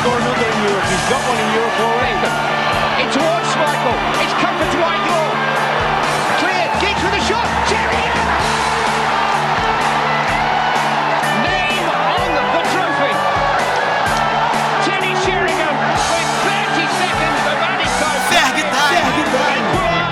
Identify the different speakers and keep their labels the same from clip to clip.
Speaker 1: score another in Europe. He's got one in Europe already. In towards Schmeichel. It's comfort to Whitelaw. Cleared. Giggs with a shot. Sheringham. Name on the trophy. Teddy Sheringham with 30 seconds of added time.
Speaker 2: Ferg time.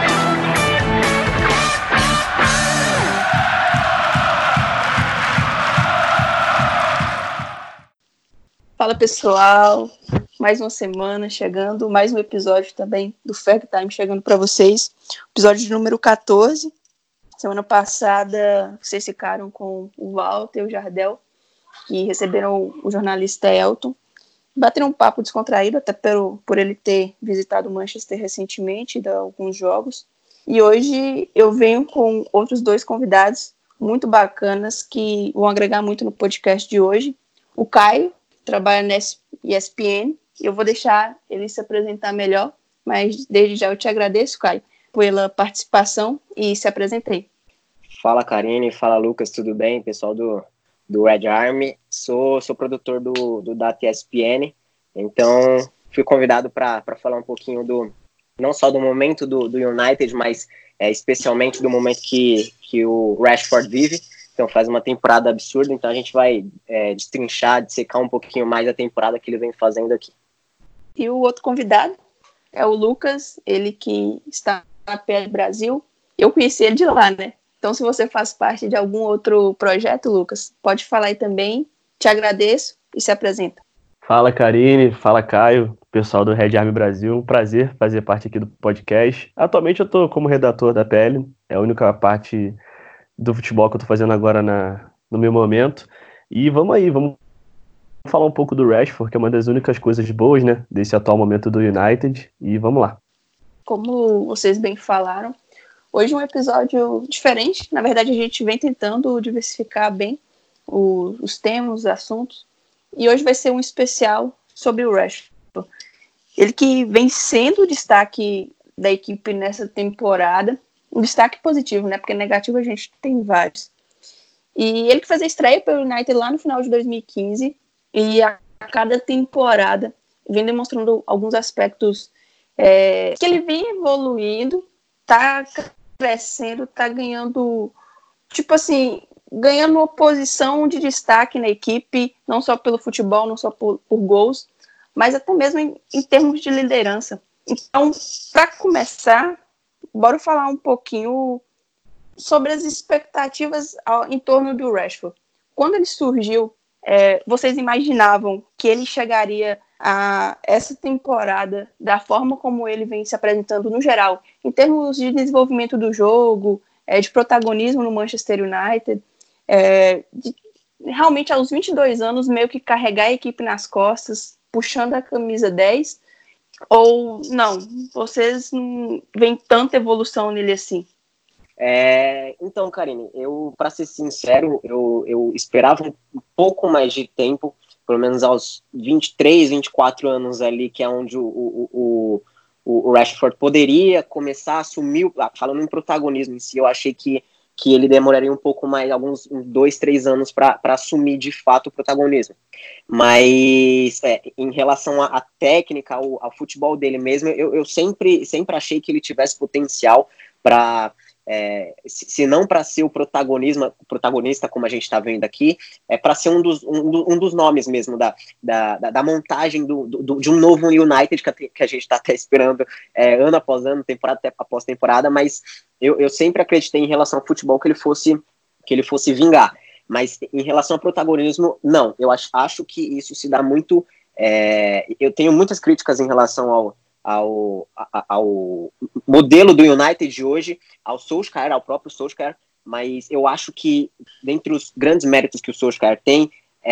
Speaker 3: Fala pessoal, mais uma semana chegando, mais um episódio também do Ferg Time chegando para vocês, episódio número 14. Semana passada vocês ficaram com o Walter e o Jardel, que receberam o jornalista Elton, bateram um papo descontraído, até por ele ter visitado o Manchester recentemente, de alguns jogos. E hoje eu venho com outros dois convidados muito bacanas que vão agregar muito no podcast de hoje. O Caio, trabalha na ESPN, e eu vou deixar ele se apresentar melhor, mas desde já eu te agradeço, Caio, pela participação e se apresentei.
Speaker 4: Fala, Karine, fala, Lucas, tudo bem? Pessoal do Red Army, sou produtor do Data ESPN, então fui convidado para falar um pouquinho não só do momento do United, mas especialmente do momento que o Rashford vive. Então faz uma temporada absurda, então a gente vai dissecar um pouquinho mais a temporada que ele vem fazendo aqui.
Speaker 3: E o outro convidado é o Lucas, ele que está na PL Brasil. Eu conheci ele de lá, né? Então se você faz parte de algum outro projeto, Lucas, pode falar aí também. Te agradeço e se apresenta.
Speaker 5: Fala, Karine, fala, Caio, pessoal do Red Army Brasil. Um prazer fazer parte aqui do podcast. Atualmente eu estou como redator da PL, é a única parte do futebol que eu tô fazendo agora no meu momento. E vamos falar um pouco do Rashford, que é uma das únicas coisas boas, né, desse atual momento do United. E vamos lá.
Speaker 3: Como vocês bem falaram, hoje é um episódio diferente. Na verdade, a gente vem tentando diversificar bem os temas, os assuntos. E hoje vai ser um especial sobre o Rashford. Ele que vem sendo o destaque da equipe nessa temporada. Um destaque positivo, né? Porque negativo a gente tem vários. E ele que fez a estreia pelo United lá no final de 2015 e a cada temporada vem demonstrando alguns aspectos que ele vem evoluindo, tá crescendo, tá ganhando, ganhando uma posição de destaque na equipe, não só pelo futebol, não só por gols, mas até mesmo em termos de liderança. Então, para começar, bora falar um pouquinho sobre as expectativas em torno do Rashford. Quando ele surgiu, vocês imaginavam que ele chegaria a essa temporada da forma como ele vem se apresentando no geral, em termos de desenvolvimento do jogo, de protagonismo no Manchester United, de realmente aos 22 anos meio que carregar a equipe nas costas, puxando a camisa 10, ou não, vocês não veem tanta evolução nele assim?
Speaker 4: Então, Karine, para ser sincero, eu esperava um pouco mais de tempo, pelo menos aos 23, 24 anos ali, que é onde o Rashford poderia começar a assumir, falando em protagonismo em si, eu achei que ele demoraria um pouco mais, uns 2, 3 anos para assumir de fato o protagonismo. Mas em relação à técnica, ao futebol dele mesmo, eu sempre achei que ele tivesse potencial para, se não para ser o protagonista, como a gente está vendo aqui, para ser um dos nomes mesmo da montagem de um novo United que a gente está até esperando ano após ano, temporada após temporada, mas eu sempre acreditei em relação ao futebol que ele fosse vingar. Mas em relação ao protagonismo, não. Eu acho que isso se dá muito... eu tenho muitas críticas em relação ao modelo do United de hoje, ao próprio Solskjaer, mas eu acho que, dentre os grandes méritos que o Solskjaer tem,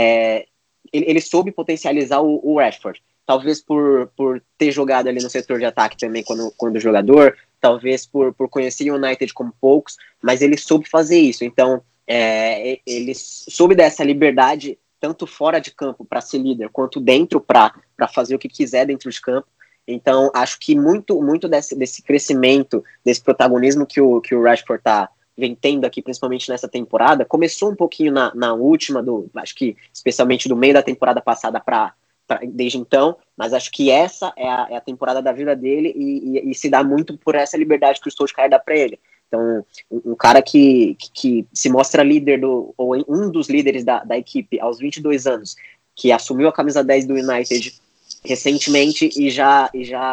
Speaker 4: ele soube potencializar o Rashford. Talvez por ter jogado ali no setor de ataque também quando jogador, talvez por conhecer o United como poucos, mas ele soube fazer isso. Então, ele soube dessa liberdade, tanto fora de campo para ser líder, quanto dentro para fazer o que quiser dentro de campo. Então, acho que muito desse crescimento, desse protagonismo que o Rashford vem tendo aqui, principalmente nessa temporada, começou um pouquinho na última, acho que especialmente do meio da temporada passada para desde então, mas acho que essa é a temporada da vida dele e se dá muito por essa liberdade que o Solskjaer dá para ele. Então, um cara que se mostra líder ou um dos líderes da equipe aos 22 anos, que assumiu a camisa 10 do United recentemente e já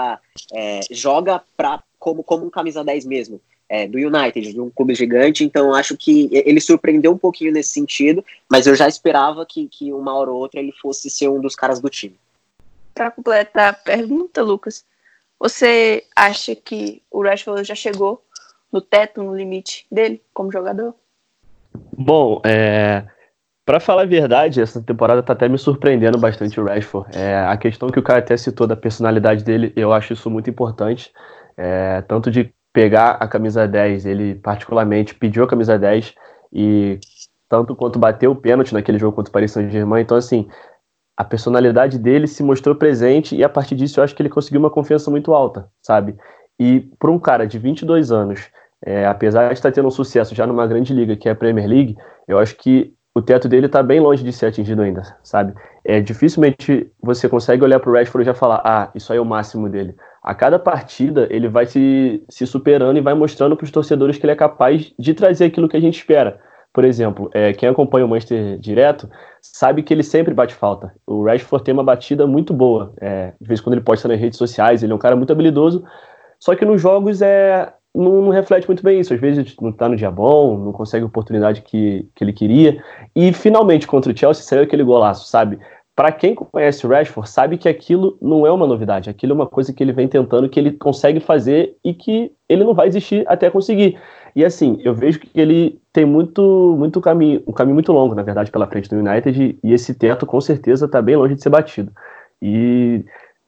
Speaker 4: joga como um camisa 10 mesmo, do United, de um clube gigante. Então acho que ele surpreendeu um pouquinho nesse sentido, mas eu já esperava que uma hora ou outra ele fosse ser um dos caras do time.
Speaker 3: Para completar a pergunta, Lucas, você acha que o Rashford já chegou no teto, no limite dele como jogador?
Speaker 5: Bom, para falar a verdade, essa temporada tá até me surpreendendo bastante o Rashford. A questão que o cara até citou da personalidade dele, eu acho isso muito importante. Tanto de pegar a camisa 10, ele particularmente pediu a camisa 10 e tanto quanto bateu o pênalti naquele jogo contra o Paris Saint-Germain. Então, assim, a personalidade dele se mostrou presente e a partir disso eu acho que ele conseguiu uma confiança muito alta, sabe? E para um cara de 22 anos, apesar de estar tendo um sucesso já numa grande liga, que é a Premier League, eu acho que o teto dele está bem longe de ser atingido ainda, sabe? Dificilmente você consegue olhar para o Rashford e já falar, isso aí é o máximo dele. A cada partida ele vai se superando e vai mostrando para os torcedores que ele é capaz de trazer aquilo que a gente espera. Por exemplo, quem acompanha o Manchester direto sabe que ele sempre bate falta. O Rashford tem uma batida muito boa. De vez em quando ele posta nas redes sociais, ele é um cara muito habilidoso, só que nos jogos não reflete muito bem isso. Às vezes não tá no dia bom, não consegue a oportunidade que ele queria. E finalmente contra o Chelsea saiu aquele golaço, sabe? Para quem conhece o Rashford, sabe que aquilo não é uma novidade. Aquilo é uma coisa que ele vem tentando, que ele consegue fazer e que ele não vai desistir até conseguir. E assim, eu vejo que ele tem um caminho muito longo, na verdade, pela frente do United, e esse teto com certeza está bem longe de ser batido. E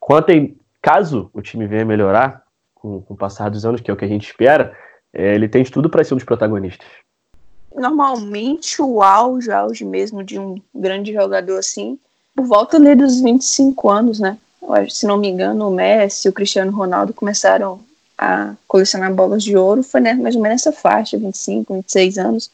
Speaker 5: caso o time venha melhorar com o passar dos anos, que é o que a gente espera, ele tem de tudo para ser um dos protagonistas.
Speaker 3: Normalmente o auge mesmo de um grande jogador assim, por volta ali dos 25 anos, né? Se não me engano, o Messi e o Cristiano Ronaldo começaram a colecionar bolas de ouro, foi mais ou menos essa faixa, 25, 26 anos.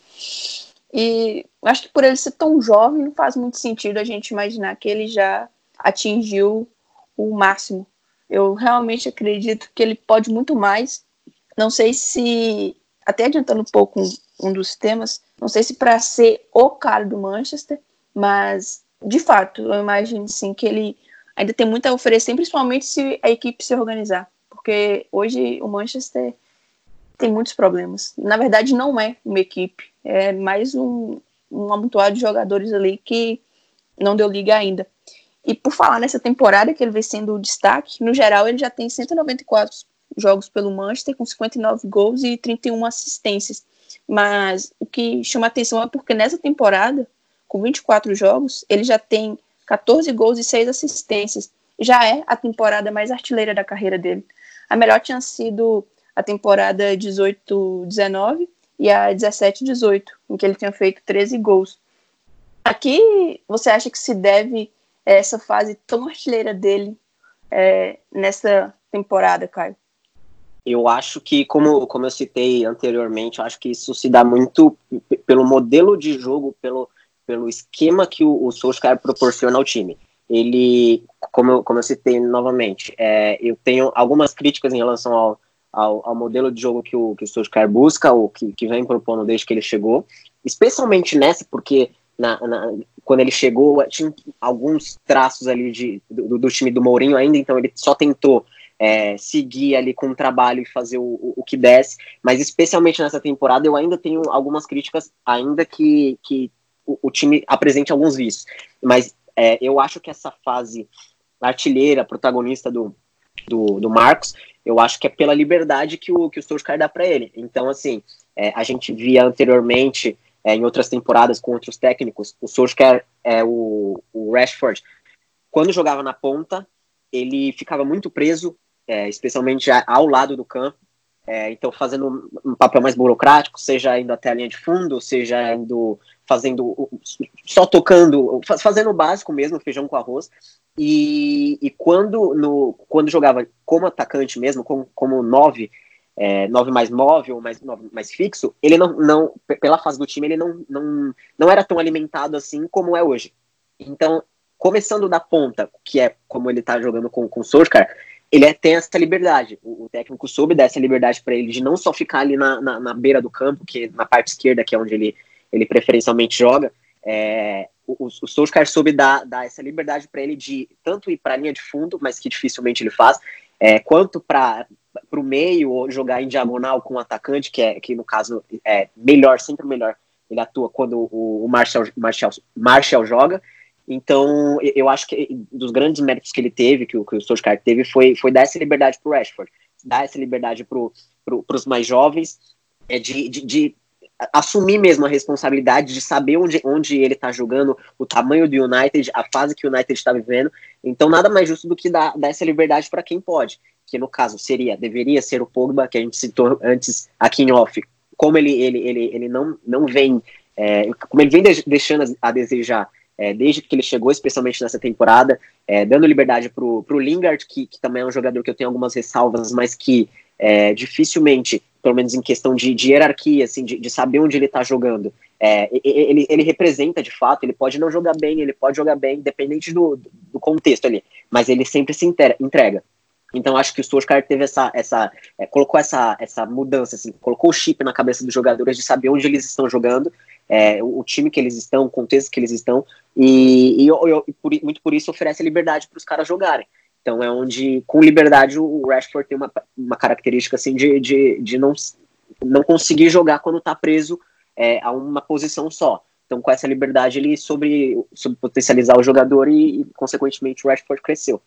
Speaker 3: E acho que por ele ser tão jovem, não faz muito sentido a gente imaginar que ele já atingiu o máximo. Eu realmente acredito que ele pode muito mais. Não sei se, até adiantando um pouco um dos temas, não sei se para ser o cara do Manchester, mas de fato, eu imagino sim que ele ainda tem muito a oferecer, principalmente se a equipe se organizar, porque hoje o Manchester tem muitos problemas. Na verdade, não é uma equipe, é mais um amontoado de jogadores ali que não deu liga ainda. E por falar nessa temporada que ele vem sendo o destaque, no geral ele já tem 194 jogos pelo Manchester, com 59 gols e 31 assistências. Mas o que chama atenção é porque nessa temporada, com 24 jogos, ele já tem 14 gols e 6 assistências. Já é a temporada mais artilheira da carreira dele. A melhor tinha sido a temporada 18-19 e a 17-18, em que ele tinha feito 13 gols. Aqui, você acha que se deve essa fase tão artilheira dele nessa temporada, Caio?
Speaker 4: Eu acho que, como eu citei anteriormente, eu acho que isso se dá muito pelo modelo de jogo, pelo esquema que o Solskjaer proporciona ao time. Ele, como eu citei novamente, eu tenho algumas críticas em relação ao modelo de jogo que o Solskjaer busca, ou que vem propondo desde que ele chegou, especialmente nessa, porque quando ele chegou, tinha alguns traços ali do time do Mourinho ainda, então ele só tentou seguir ali com o trabalho e fazer o que desse, mas especialmente nessa temporada eu ainda tenho algumas críticas, ainda que o time apresente alguns vícios, mas eu acho que essa fase artilheira, protagonista do Marcos, eu acho que é pela liberdade que o Solskjaer dá para ele. Então, assim, a gente via anteriormente, em outras temporadas com outros técnicos, o Solskjaer, o Rashford, quando jogava na ponta, ele ficava muito preso, especialmente ao lado do campo, então fazendo um papel mais burocrático, seja indo até a linha de fundo, seja indo só tocando, fazendo o básico mesmo, feijão com arroz, e quando jogava como atacante mesmo, como 9 mais móvel, mais fixo, ele não pela fase do time, ele não era tão alimentado assim como é hoje. Então, começando da ponta, que é como ele tá jogando com o Solskjaer, ele tem essa liberdade. O técnico soube dar essa liberdade para ele de não só ficar ali na beira do campo, que na parte esquerda, que é onde ele preferencialmente joga. O Solskjaer soube dar essa liberdade para ele de tanto ir para a linha de fundo, mas que dificilmente ele faz, quanto para o meio, ou jogar em diagonal com o atacante, que no caso é melhor, sempre melhor. Ele atua quando o Martial joga. Então, eu acho que dos grandes méritos que ele teve, que o Solskjaer teve, foi dar essa liberdade para o Rashford, dar essa liberdade para os mais jovens, de assumir mesmo a responsabilidade de saber onde ele está jogando, o tamanho do United, a fase que o United está vivendo. Então, nada mais justo do que dar essa liberdade para quem pode, que no caso deveria ser o Pogba, que a gente citou antes aqui em off. Como ele não vem, como ele vem deixando a desejar desde que ele chegou, especialmente nessa temporada, dando liberdade pro Lingard, que também é um jogador que eu tenho algumas ressalvas, mas que dificilmente, pelo menos em questão de hierarquia, assim, de saber onde ele está jogando, ele representa de fato. Ele pode não jogar bem, ele pode jogar bem, independente do contexto ali, mas ele sempre se entrega. Então acho que o Solskjaer teve colocou essa mudança, assim, colocou o chip na cabeça dos jogadores de saber onde eles estão jogando, o time que eles estão, o contexto que eles estão, e muito por isso oferece liberdade para os caras jogarem. Então é onde, com liberdade, o Rashford tem uma característica assim de não conseguir jogar quando está preso a uma posição só. Então com essa liberdade ele soube potencializar o jogador e consequentemente o Rashford cresceu.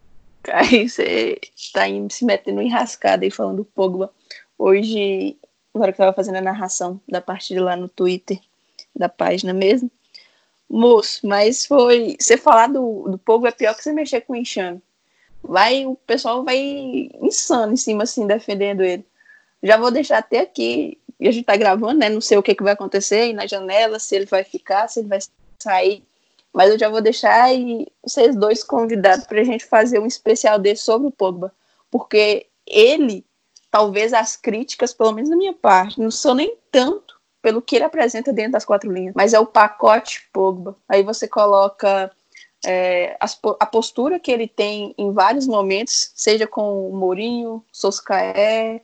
Speaker 3: Aí você tá se metendo em enrascada aí falando do Pogba. Hoje, agora que eu tava fazendo a narração da partida lá no Twitter, da página mesmo, moço, mas você falar do Pogba é pior que você mexer com o enxame. O pessoal vai insano em cima, assim, defendendo ele. Já vou deixar até aqui, e a gente tá gravando, né? Não sei o que vai acontecer aí na janela, se ele vai ficar, se ele vai sair. Mas eu já vou deixar aí vocês dois convidados para a gente fazer um especial desse sobre o Pogba. Porque ele, talvez as críticas, pelo menos da minha parte, não são nem tanto pelo que ele apresenta dentro das quatro linhas, mas é o pacote Pogba. Aí você coloca a postura que ele tem em vários momentos, seja com o Mourinho, Solskjaer,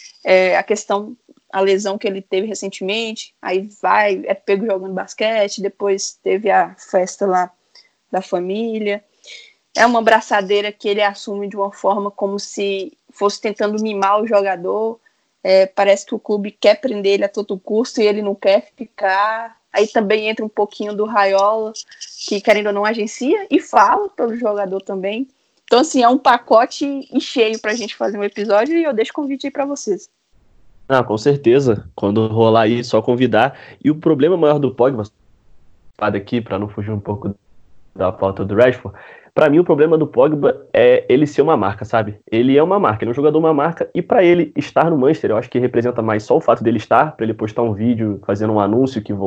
Speaker 3: a lesão que ele teve recentemente, aí é pego jogando basquete, depois teve a festa lá da família. É uma braçadeira que ele assume de uma forma como se fosse tentando mimar o jogador. Parece que o clube quer prender ele a todo custo e ele não quer ficar. Aí também entra um pouquinho do Raiola, que querendo ou não agencia e fala pelo jogador também. Então assim, é um pacote cheio pra gente fazer um episódio, e eu deixo o convite aí pra vocês.
Speaker 5: Com certeza. Quando rolar aí, só convidar. E o problema maior do Pogba, aqui, para não fugir um pouco da pauta do Rashford, para mim o problema do Pogba é ele ser uma marca, sabe? Ele é uma marca, ele é um jogador, uma marca, e para ele estar no Manchester, eu acho que representa mais só o fato dele estar, para ele postar um vídeo fazendo um anúncio que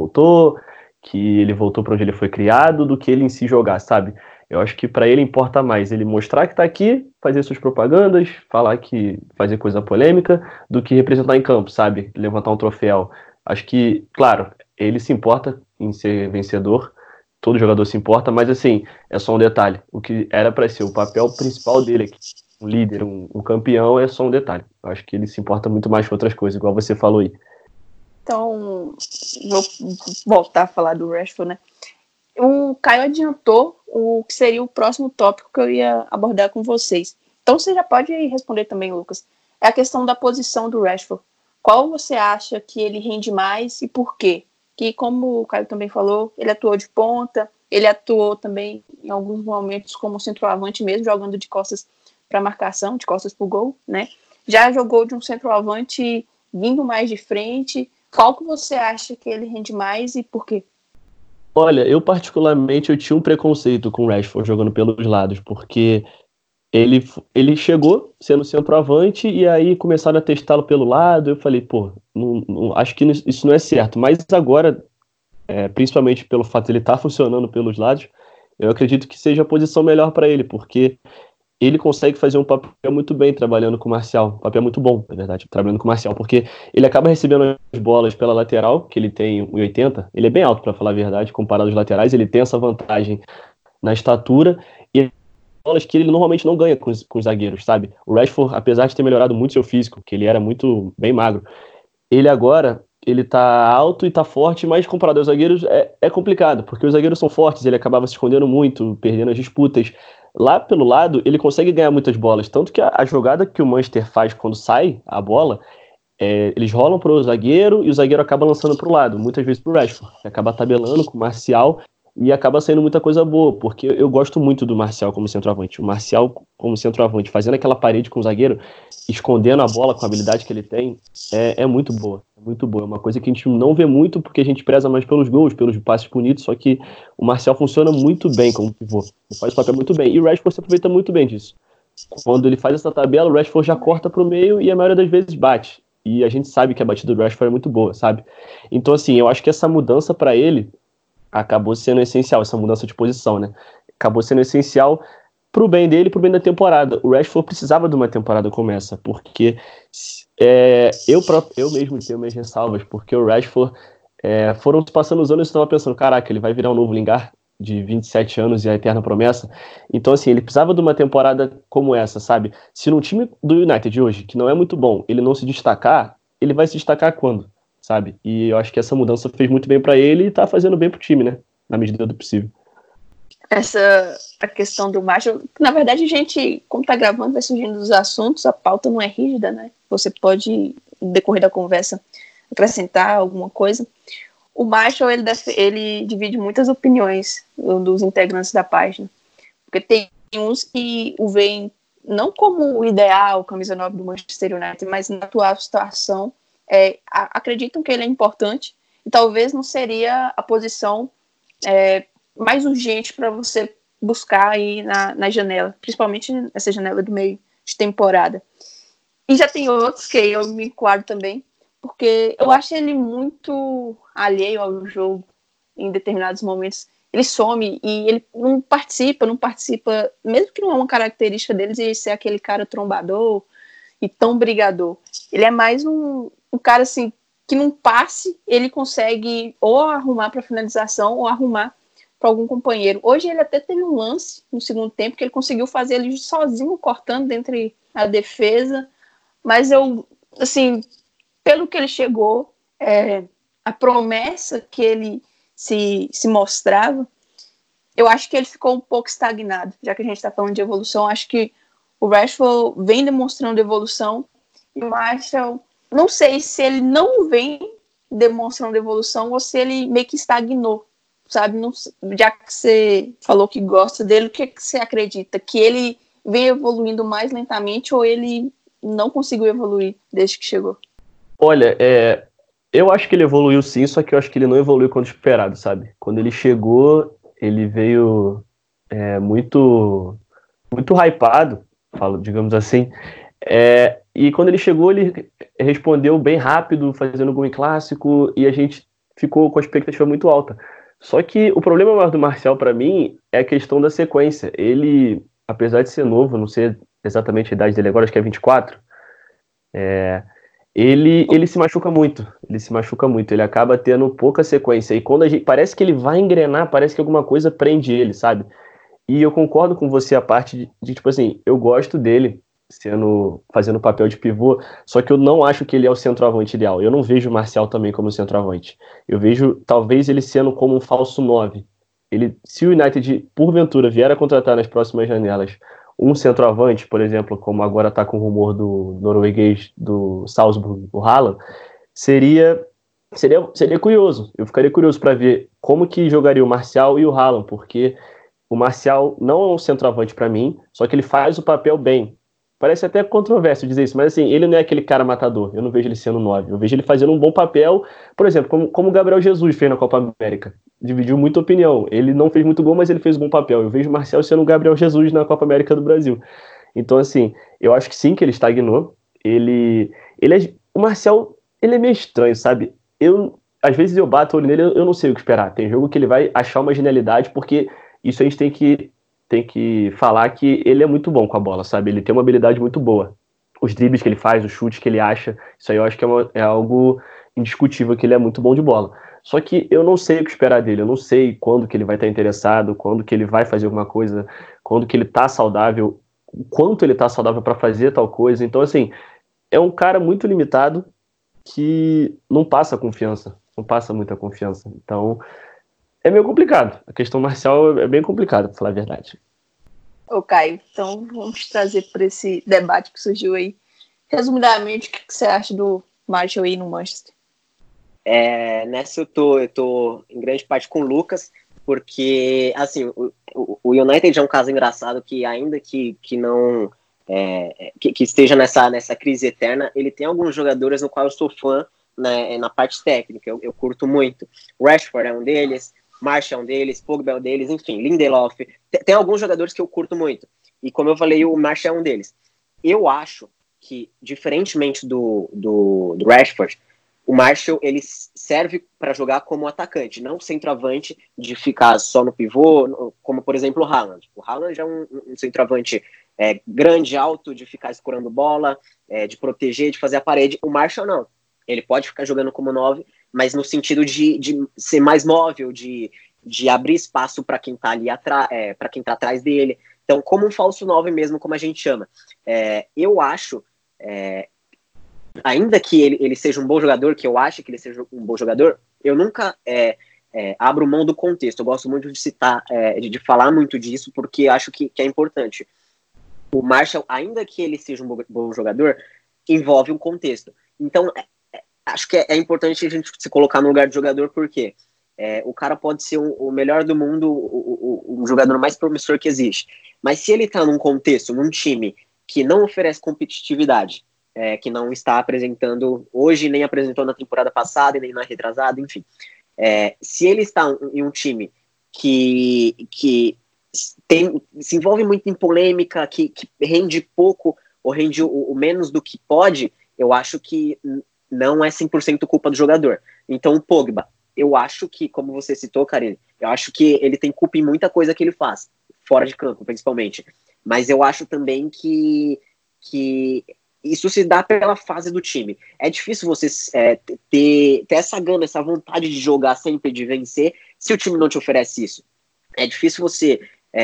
Speaker 5: ele voltou para onde ele foi criado, do que ele em si jogar, sabe? Eu acho que para ele importa mais ele mostrar que tá aqui, fazer suas propagandas, fazer coisa polêmica, do que representar em campo, sabe? Levantar um troféu. Acho que, claro, ele se importa em ser vencedor, todo jogador se importa, mas assim, é só um detalhe. O que era para ser o papel principal dele aqui, um líder, um campeão, é só um detalhe. Eu acho que ele se importa muito mais com outras coisas, igual você falou aí.
Speaker 3: Então, vou voltar a falar do Rashford, né? O Caio adiantou o que seria o próximo tópico que eu ia abordar com vocês. Então você já pode responder também, Lucas. É a questão da posição do Rashford. Qual você acha que ele rende mais e por quê? Que, como o Caio também falou, ele atuou de ponta, ele atuou também em alguns momentos como centroavante mesmo, jogando de costas para marcação, de costas para o gol, né? Já jogou de um centroavante vindo mais de frente. Qual que você acha que ele rende mais e por quê?
Speaker 5: Olha, eu particularmente tinha um preconceito com o Rashford jogando pelos lados, porque ele chegou sendo centroavante e aí começaram a testá-lo pelo lado. Eu falei, não, acho que isso não é certo. Mas agora, principalmente pelo fato de ele estar funcionando pelos lados, eu acredito que seja a posição melhor para ele, porque ele consegue fazer um papel muito bem trabalhando com o Martial, um papel muito bom, na verdade, trabalhando com o Martial, porque ele acaba recebendo as bolas pela lateral, que ele tem 1,80, ele é bem alto, para falar a verdade, comparado aos laterais, ele tem essa vantagem na estatura e bolas que ele normalmente não ganha com os zagueiros, sabe? O Rashford, apesar de ter melhorado muito seu físico, que ele era muito bem magro, ele agora, ele tá alto e tá forte, mas comparado aos zagueiros é complicado, porque os zagueiros são fortes, ele acabava se escondendo muito, perdendo as disputas. Lá pelo lado, ele consegue ganhar muitas bolas, tanto que a jogada que o Manchester faz quando sai a bola, eles rolam pro zagueiro e o zagueiro acaba lançando pro lado, muitas vezes pro Rashford, que acaba tabelando com o Martial e acaba saindo muita coisa boa, porque eu gosto muito do Martial como centroavante. O Martial como centroavante, fazendo aquela parede com o zagueiro, escondendo a bola com a habilidade que ele tem, é muito boa. É muito boa. É uma coisa que a gente não vê muito, porque a gente preza mais pelos gols, pelos passes bonitos, só que o Martial funciona muito bem como pivô. Ele faz o papel muito bem. E o Rashford se aproveita muito bem disso. Quando ele faz essa tabela, o Rashford já corta pro meio e a maioria das vezes bate. E a gente sabe que a batida do Rashford é muito boa, sabe? Então, assim, eu acho que essa mudança para ele acabou sendo essencial, essa mudança de posição, né? Acabou sendo essencial pro bem dele e pro bem da temporada. O Rashford precisava de uma temporada como essa, porque eu mesmo tenho minhas ressalvas, porque o Rashford foram se passando os anos e eu estava pensando, caraca, ele vai virar um novo Lingard de 27 anos e a eterna promessa. Então, assim, ele precisava de uma temporada como essa, sabe? Se num time do United hoje, que não é muito bom, ele não se destacar, ele vai se destacar quando? Sabe? E eu acho que essa mudança fez muito bem pra ele e tá fazendo bem pro time, né? Na medida do possível.
Speaker 3: A questão do Martial, na verdade a gente, como tá gravando, vai surgindo os assuntos, a pauta não é rígida, né? Você pode, no decorrer da conversa, acrescentar alguma coisa. O Martial, ele divide muitas opiniões dos integrantes da página, porque tem uns que o veem não como o ideal, camisa 9 do Manchester United, mas na atual situação, acreditam que ele é importante e talvez não seria a posição mais urgente para você buscar aí na janela, principalmente nessa janela do meio de temporada. E já tem outros que eu me enquadro também, porque eu acho ele muito alheio ao jogo em determinados momentos. Ele some e ele não participa, mesmo que não é uma característica deles de ser aquele cara trombador e tão brigador. Ele é mais um cara assim, que num passe ele consegue ou arrumar para finalização ou arrumar para algum companheiro. Hoje ele até teve um lance no segundo tempo que ele conseguiu fazer ele sozinho, cortando dentro da defesa, mas assim, pelo que ele chegou, a promessa que ele se mostrava, eu acho que ele ficou um pouco estagnado, já que a gente está falando de evolução. Acho que o Rashford vem demonstrando evolução e o Martial, não sei se ele não vem demonstrando evolução ou se ele meio que estagnou, sabe? Não, já que você falou que gosta dele, o que você acredita? Que ele vem evoluindo mais lentamente ou ele não conseguiu evoluir desde que chegou?
Speaker 5: Olha, eu acho que ele evoluiu sim, só que eu acho que ele não evoluiu quando esperado, sabe? Quando ele chegou, ele veio muito, muito hypado, digamos assim, e quando ele chegou, ele respondeu bem rápido, fazendo gol em clássico, e a gente ficou com a expectativa muito alta. Só que o problema maior do Martial, para mim, é a questão da sequência. Ele, apesar de ser novo, não sei exatamente a idade dele agora, acho que é 24, ele se machuca muito. Ele acaba tendo pouca sequência. E quando parece que ele vai engrenar, parece que alguma coisa prende ele, sabe? E eu concordo com você a parte de tipo assim, eu gosto dele fazendo o papel de pivô, só que eu não acho que ele é o centroavante ideal. Eu não vejo o Martial também como centroavante. Eu vejo, talvez, ele sendo como um falso 9. Se o United, porventura, vier a contratar nas próximas janelas um centroavante, por exemplo, como agora está com o rumor do norueguês do Salzburg, o Haaland, seria curioso. Eu ficaria curioso para ver como que jogaria o Martial e o Haaland, porque o Martial não é um centroavante para mim, só que ele faz o papel bem. Parece até controverso dizer isso, mas assim, ele não é aquele cara matador. Eu não vejo ele sendo 9. Eu vejo ele fazendo um bom papel, por exemplo, como o Gabriel Jesus fez na Copa América. Dividiu muita opinião. Ele não fez muito gol, mas ele fez um bom papel. Eu vejo o Martial sendo o Gabriel Jesus na Copa América do Brasil. Então, assim, eu acho que sim, que ele estagnou. O Martial, ele é meio estranho, sabe? Às vezes eu bato o olho nele, eu não sei o que esperar. Tem jogo que ele vai achar uma genialidade, porque isso a gente tem que falar que ele é muito bom com a bola, sabe? Ele tem uma habilidade muito boa. Os dribles que ele faz, os chutes que ele acha, isso aí eu acho que é algo indiscutível, que ele é muito bom de bola. Só que eu não sei o que esperar dele, eu não sei quando que ele vai estar interessado, quando que ele vai fazer alguma coisa, quando que ele tá saudável, o quanto ele tá saudável para fazer tal coisa. Então, assim, é um cara muito limitado que não passa confiança, não passa muita confiança. Então, é meio complicado. A questão marcial é bem complicada, pra falar a verdade.
Speaker 3: Ô, Caio, então vamos trazer para esse debate que surgiu aí. Resumidamente, o que você acha do Martial aí no Manchester?
Speaker 4: Nessa eu tô em grande parte com o Lucas, porque, assim, o United é um caso engraçado que, ainda que não... que esteja nessa crise eterna, ele tem alguns jogadores no qual eu sou fã, né, na parte técnica, eu curto muito. Rashford é um deles, Martial é um deles, Pogba é um deles, enfim, Lindelof. Tem alguns jogadores que eu curto muito. E como eu falei, o Martial é um deles. Eu acho que, diferentemente do Rashford, o Martial ele serve para jogar como atacante, não centroavante de ficar só no pivô, como, por exemplo, o Haaland. O Haaland é um centroavante grande, alto, de ficar escorando bola, de proteger, de fazer a parede. O Martial não. Ele pode ficar jogando como 9, mas no sentido de ser mais móvel, de abrir espaço para quem está ali atrás, para quem está atrás dele. Então, como um falso 9 mesmo, como a gente chama. Eu acho, ainda que ele seja um bom jogador, que eu acho que ele seja um bom jogador, eu nunca abro mão do contexto. Eu gosto muito de citar, de falar muito disso, porque acho que é importante. O Martial, ainda que ele seja um bom jogador, envolve um contexto. Então, acho que é importante a gente se colocar no lugar de jogador, porque o cara pode ser o melhor do mundo, o jogador mais promissor que existe. Mas se ele está num contexto, num time que não oferece competitividade, que não está apresentando hoje, nem apresentou na temporada passada, e nem na retrasada, enfim. Se ele está em um time que se envolve muito em polêmica, que rende pouco, ou rende o menos do que pode, eu acho que não é 100% culpa do jogador. Então, o Pogba, eu acho que, como você citou, Karine, eu acho que ele tem culpa em muita coisa que ele faz, fora de campo, principalmente. Mas eu acho também que isso se dá pela fase do time. É difícil você ter essa gana, essa vontade de jogar sempre, de vencer, se o time não te oferece isso. É difícil você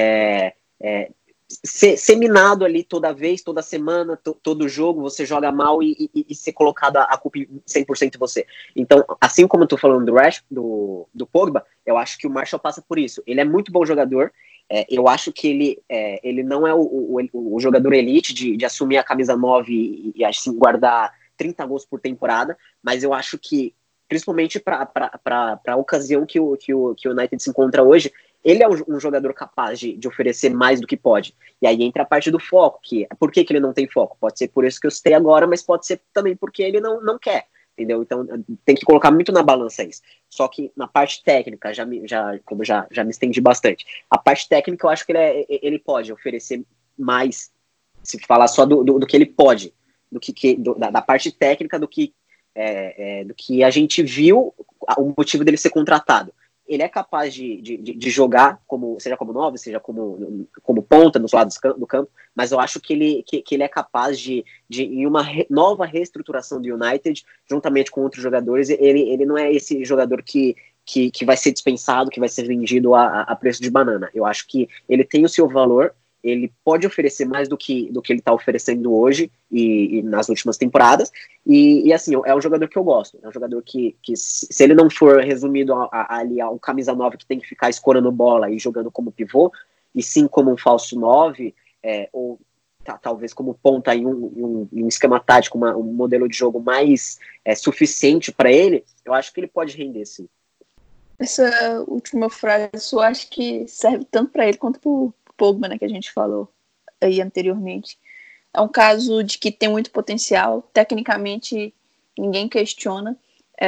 Speaker 4: ser minado ali toda vez, toda semana, todo jogo, você joga mal e ser colocado a culpa 100% em você. Então, assim como eu tô falando do Pogba, eu acho que o Martial passa por isso. Ele é muito bom jogador, eu acho que ele não é o jogador elite de assumir a camisa 9 e assim, guardar 30 gols por temporada, mas eu acho que, principalmente para a ocasião que o United se encontra hoje, ele é um jogador capaz de oferecer mais do que pode. E aí entra a parte do foco, por que ele não tem foco? Pode ser por isso que eu citei agora, mas pode ser também porque ele não quer, entendeu? Então tem que colocar muito na balança isso. Só que na parte técnica, como já me estendi bastante, a parte técnica eu acho que ele pode oferecer mais, se falar só do que ele pode, da parte técnica do que a gente viu, o motivo dele ser contratado. Ele é capaz de jogar, seja como 9, seja como ponta nos lados do campo, mas eu acho que ele é capaz em uma nova reestruturação do United, juntamente com outros jogadores, ele não é esse jogador que vai ser dispensado, que vai ser vendido a preço de banana. Eu acho que ele tem o seu valor, ele pode oferecer mais do que ele está oferecendo hoje e nas últimas temporadas, e assim, é um jogador que eu gosto, é um jogador que se ele não for resumido ali ao camisa 9 que tem que ficar escorando bola e jogando como pivô, e sim como um falso 9, ou talvez como ponta em um esquema tático, um modelo de jogo mais suficiente para ele, eu acho que ele pode render, sim.
Speaker 3: Essa última frase eu acho que serve tanto para ele quanto para o Pogba, né, que a gente falou aí anteriormente. É um caso de que tem muito potencial, tecnicamente ninguém questiona.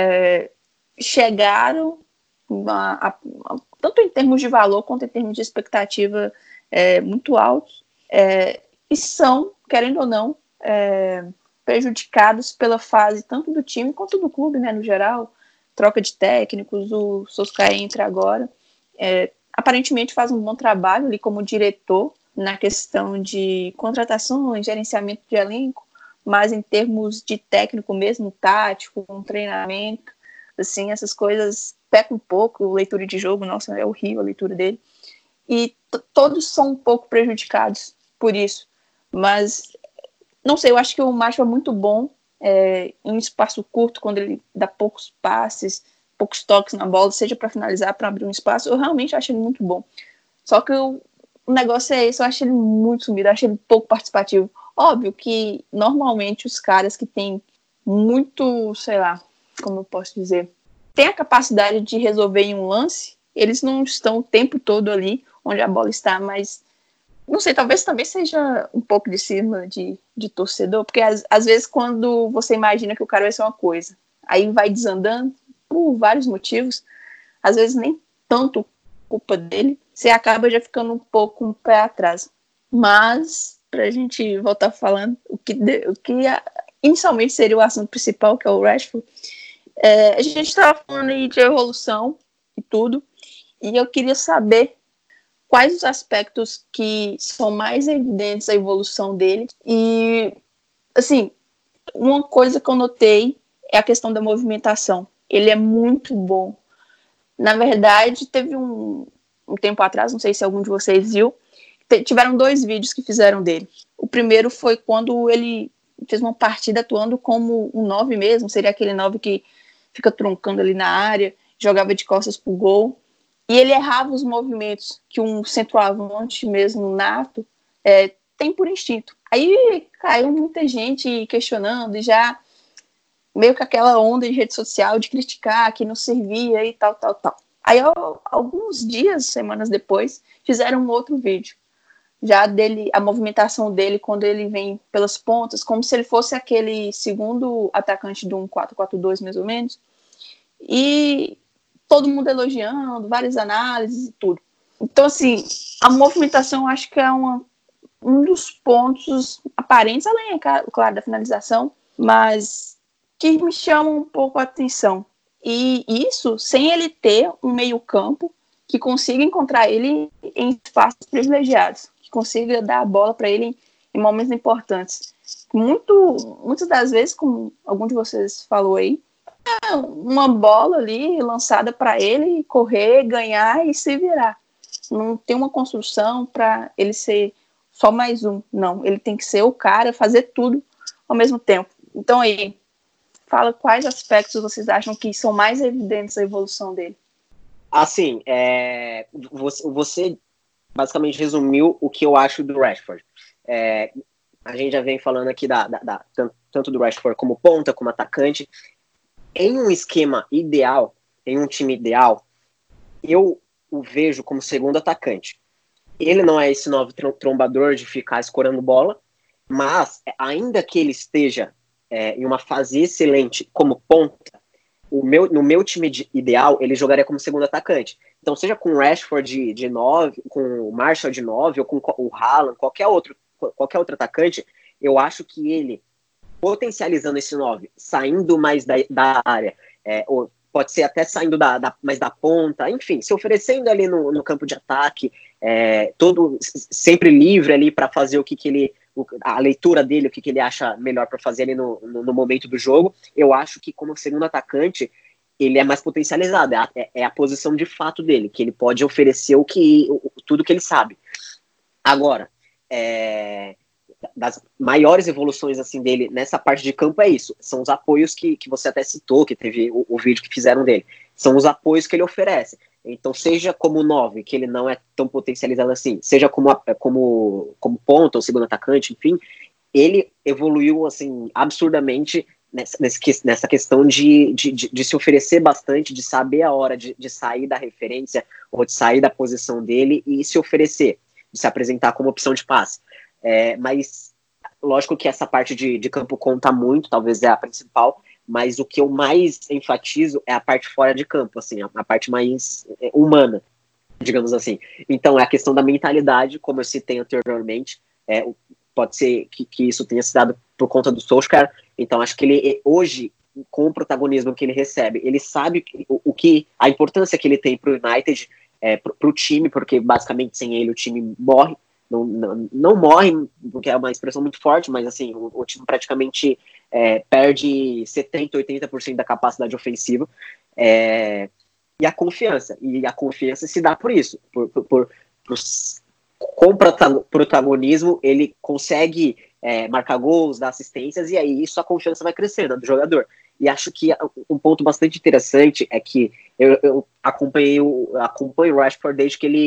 Speaker 3: Chegaram tanto em termos de valor quanto em termos de expectativa muito altos, e são, querendo ou não, prejudicados pela fase tanto do time quanto do clube, né, no geral. Troca de técnicos, o Solskjaer entra agora, aparentemente faz um bom trabalho ali como diretor na questão de contratações, gerenciamento de elenco, mas em termos de técnico mesmo, tático, um treinamento, assim, essas coisas peca um pouco, leitura de jogo, nossa, é horrível a leitura dele. E todos são um pouco prejudicados por isso. Mas, não sei, eu acho que o Macho é muito bom em um espaço curto, quando ele dá poucos passes, poucos toques na bola, seja para finalizar, para abrir um espaço. Eu realmente acho ele muito bom. Só que o negócio é esse, eu acho ele muito sumido, eu acho ele pouco participativo. Óbvio que, normalmente, os caras que têm muito, sei lá, como eu posso dizer, tem a capacidade de resolver em um lance, eles não estão o tempo todo ali onde a bola está, mas não sei, talvez também seja um pouco de cima de torcedor, porque às vezes quando você imagina que o cara vai ser uma coisa, aí vai desandando por vários motivos, às vezes nem tanto culpa dele, você acaba já ficando um pouco um pé atrás. Mas, pra gente voltar falando, o que inicialmente seria o assunto principal, que é o Rashford, a gente estava falando aí de evolução e tudo, e eu queria saber quais os aspectos que são mais evidentes da evolução dele. E, assim, uma coisa que eu notei é a questão da movimentação. Ele é muito bom. Na verdade, teve um tempo atrás, não sei se algum de vocês viu, tiveram 2 vídeos que fizeram dele. O primeiro foi quando ele fez uma partida atuando como um 9 mesmo, seria aquele 9 que fica truncando ali na área, jogava de costas pro gol, e ele errava os movimentos que um centroavante mesmo nato tem por instinto. Aí caiu muita gente questionando, e já meio que aquela onda de rede social de criticar que não servia e tal. Aí, alguns dias, semanas depois, fizeram um outro vídeo, já dele, a movimentação dele quando ele vem pelas pontas, como se ele fosse aquele segundo atacante de um 4-4-2, mais ou menos, e todo mundo elogiando, várias análises e tudo. Então, assim, a movimentação eu acho que é um dos pontos aparentes, além, claro, da finalização, mas que me chamam um pouco a atenção. E isso sem ele ter um meio-campo que consiga encontrar ele em espaços privilegiados, que consiga dar a bola para ele em momentos importantes. Muitas das vezes, como algum de vocês falou aí, uma bola ali lançada para ele correr, ganhar e se virar. Não tem uma construção para ele ser só mais um. Não, ele tem que ser o cara, fazer tudo ao mesmo tempo. Então aí, fala quais aspectos vocês acham que são mais evidentes da evolução dele.
Speaker 4: Assim, você basicamente resumiu o que eu acho do Rashford. A gente já vem falando aqui tanto do Rashford como ponta, como atacante. Em um esquema ideal, em um time ideal, eu o vejo como segundo atacante. Ele não é esse novo trombador de ficar escorando bola, mas ainda que ele esteja em uma fase excelente como ponta, no meu time ideal, ele jogaria como segundo atacante. Então, seja com o Rashford de 9, com o Martial de 9, ou com o Haaland, qualquer outro atacante, eu acho que ele, potencializando esse 9, saindo mais da área, ou pode ser até saindo mais da ponta, enfim, se oferecendo ali no campo de ataque, todo sempre livre ali para fazer a leitura dele, o que ele acha melhor para fazer ali no momento do jogo. Eu acho que como segundo atacante ele é mais potencializado, é a posição de fato dele, que ele pode oferecer tudo que ele sabe. Agora, das maiores evoluções assim dele nessa parte de campo é isso, são os apoios que você até citou, que teve o vídeo que fizeram dele, são os apoios que ele oferece. Então, seja como 9, que ele não é tão potencializado assim, seja como ponta ou segundo atacante, enfim, ele evoluiu assim absurdamente nessa questão de se oferecer bastante, de saber a hora de sair da referência ou de sair da posição dele e se oferecer, de se apresentar como opção de passe. Mas lógico que essa parte de campo conta muito, talvez é a principal, mas o que eu mais enfatizo é a parte fora de campo, assim, a parte mais humana, digamos assim. Então é a questão da mentalidade, como eu citei anteriormente, pode ser que isso tenha se dado por conta do Solskjaer. Então acho que ele hoje, com o protagonismo que ele recebe, ele sabe a importância que ele tem para o United, para o time, porque basicamente sem ele o time morre. Não morre, porque é uma expressão muito forte, mas assim, o time praticamente perde 70%, 80% da capacidade ofensiva. e a confiança. E a confiança se dá por isso, com protagonismo, ele consegue marcar gols, dar assistências, e aí isso a confiança vai crescendo do jogador. E acho que um ponto bastante interessante é que eu acompanho o Rashford desde que